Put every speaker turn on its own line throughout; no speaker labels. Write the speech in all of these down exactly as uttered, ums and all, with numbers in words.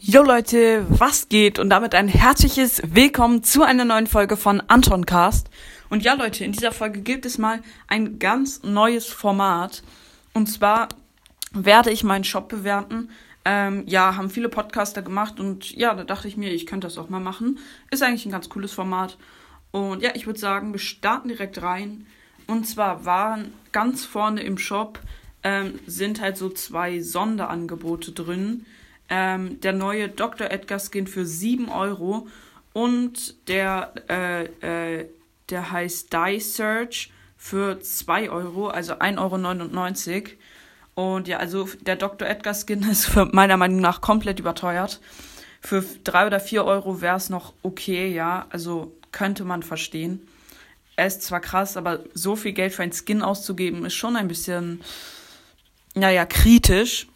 Jo Leute, was geht? Und damit ein herzliches Willkommen zu einer neuen Folge von Antoncast. Und ja Leute, in dieser Folge gibt es mal ein ganz neues Format. Und zwar werde ich meinen Shop bewerten. Ähm, ja, haben viele Podcaster gemacht und ja, da dachte ich mir, ich könnte das auch mal machen. Ist eigentlich ein ganz cooles Format. Und ja, ich würde sagen, wir starten direkt rein. Und zwar waren ganz vorne im Shop ähm, sind halt so zwei Sonderangebote drin. Ähm, der neue Doktor Edgar Skin für sieben Euro und der, äh, äh, der heißt Die Search für zwei Euro, also ein Euro neunundneunzig. Und ja, also der Doktor Edgar Skin ist für meiner Meinung nach komplett überteuert. Für drei oder vier Euro wäre es noch okay, ja, also könnte man verstehen. Er ist zwar krass, aber so viel Geld für einen Skin auszugeben, ist schon ein bisschen, naja, kritisch.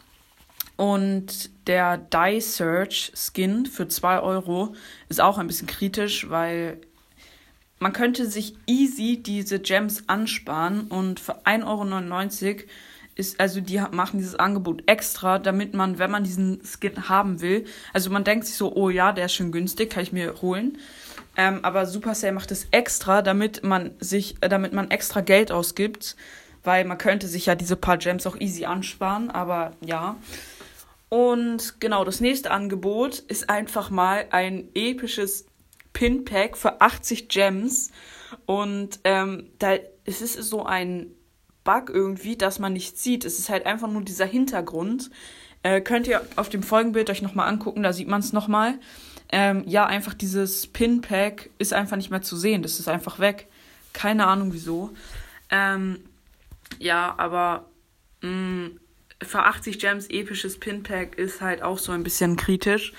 Und der Die Search Skin für zwei Euro ist auch ein bisschen kritisch, weil man könnte sich easy diese Gems ansparen und für ein Euro neunundneunzig ist, also die machen dieses Angebot extra, damit man, wenn man diesen Skin haben will, also man denkt sich so, oh ja, der ist schon günstig, kann ich mir holen. Ähm, aber Supercell macht es extra, damit man sich, äh, damit man extra Geld ausgibt, weil man könnte sich ja diese paar Gems auch easy ansparen, aber ja. Und genau, das nächste Angebot ist einfach mal ein episches Pin-Pack für achtzig Gems. Und ähm, da es ist so ein Bug irgendwie, dass man nicht sieht. Es ist halt einfach nur dieser Hintergrund. Äh, könnt ihr auf dem Folgenbild euch nochmal angucken, da sieht man es nochmal. Ähm, ja, einfach dieses Pin-Pack ist einfach nicht mehr zu sehen. Das ist einfach weg. Keine Ahnung wieso. Ähm, ja, aber mh, für achtzig Gems episches Pin-Pack ist halt auch so ein bisschen kritisch.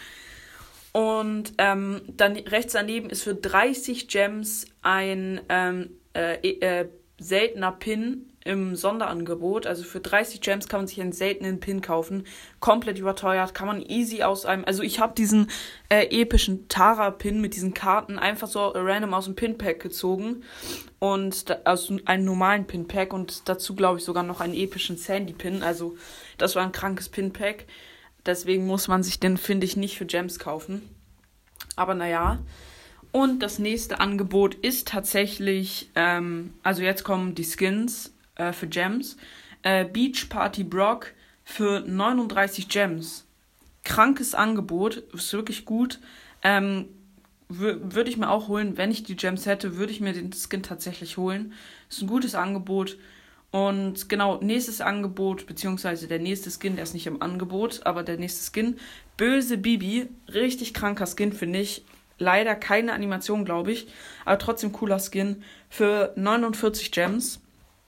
Und ähm, dann rechts daneben ist für dreißig Gems ein ähm, äh, äh, seltener Pin im Sonderangebot. Also für dreißig Gems kann man sich einen seltenen Pin kaufen. Komplett überteuert. Kann man easy aus einem... Also ich habe diesen äh, epischen Tara-Pin mit diesen Karten einfach so random aus dem Pin-Pack gezogen. Und da, aus einem normalen Pin-Pack. Und dazu glaube ich sogar noch einen epischen Sandy-Pin. Also das war ein krankes Pin-Pack. Deswegen muss man sich den, finde ich, nicht für Gems kaufen. Aber naja. Und das nächste Angebot ist tatsächlich... Ähm, also jetzt kommen die Skins für Gems. Äh, Beach Party Brock für neununddreißig Gems. Krankes Angebot, ist wirklich gut. Ähm, w- würde ich mir auch holen, wenn ich die Gems hätte, würde ich mir den Skin tatsächlich holen. Ist ein gutes Angebot. Und genau, nächstes Angebot, beziehungsweise der nächste Skin, der ist nicht im Angebot, aber der nächste Skin, Böse Bibi, richtig kranker Skin, finde ich. Leider keine Animation, glaube ich, aber trotzdem cooler Skin für neunundvierzig Gems.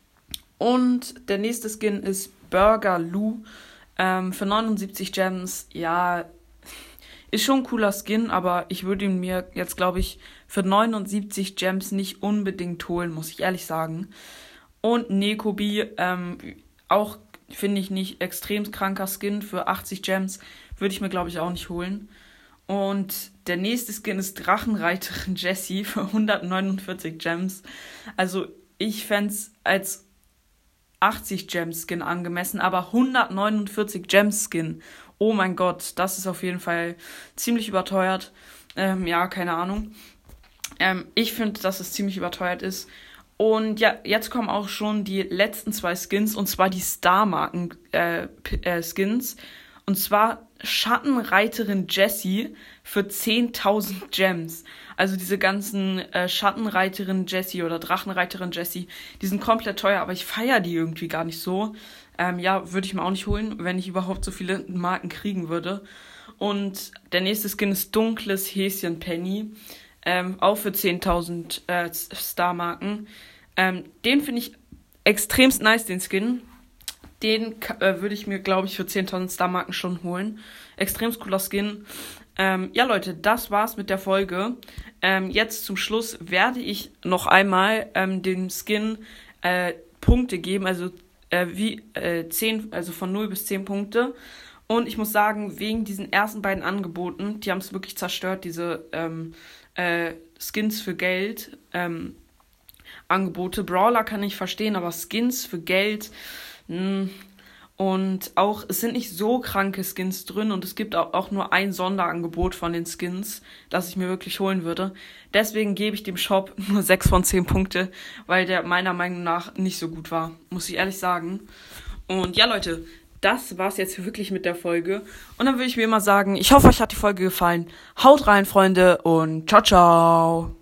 Und der nächste Skin ist Burger Lou ähm, für neunundsiebzig Gems. Ja, ist schon ein cooler Skin, aber ich würde ihn mir jetzt, glaube ich, für neunundsiebzig Gems nicht unbedingt holen, muss ich ehrlich sagen. Und Nekobi, ähm, auch finde ich nicht extrem kranker Skin für achtzig Gems, würde ich mir, glaube ich, auch nicht holen. Und der nächste Skin ist Drachenreiterin Jessie für hundertneunundvierzig Gems. Also ich fände es als achtzig Gems Skin angemessen, aber hundertneunundvierzig Gems Skin. Oh mein Gott, das ist auf jeden Fall ziemlich überteuert. Ähm, ja, keine Ahnung. Ähm, ich finde, dass es ziemlich überteuert ist. Und ja, jetzt kommen auch schon die letzten zwei Skins, und zwar die Star-Marken äh, äh, Skins. Und zwar Schattenreiterin Jessie für zehntausend Gems. Also diese ganzen äh, Schattenreiterin Jessie oder Drachenreiterin Jessie, die sind komplett teuer, aber ich feiere die irgendwie gar nicht so. Ähm, ja, würde ich mir auch nicht holen, wenn ich überhaupt so viele Marken kriegen würde. Und der nächste Skin ist dunkles Häschen Penny, ähm, auch für zehntausend äh, Star-Marken. Ähm, den finde ich extremst nice, den Skin. Den äh, würde ich mir, glaube ich, für zehntausend Star-Marken schon holen. Extrem cooler Skin. Ähm, ja, Leute, das war's mit der Folge. Ähm, jetzt zum Schluss werde ich noch einmal ähm, dem Skin äh, Punkte geben. Also äh, wie äh, zehn, also von null bis zehn Punkte. Und ich muss sagen, wegen diesen ersten beiden Angeboten, die haben es wirklich zerstört, diese ähm, äh, Skins für Geld. Ähm, Angebote. Brawler kann ich verstehen, aber Skins für Geld... Mh, Und auch, es sind nicht so kranke Skins drin und es gibt auch, auch nur ein Sonderangebot von den Skins, das ich mir wirklich holen würde. Deswegen gebe ich dem Shop nur sechs von zehn Punkte, weil der meiner Meinung nach nicht so gut war, muss ich ehrlich sagen. Und ja, Leute, das war's jetzt wirklich mit der Folge. Und dann würde ich wie immer sagen, ich hoffe, euch hat die Folge gefallen. Haut rein, Freunde, und ciao, ciao.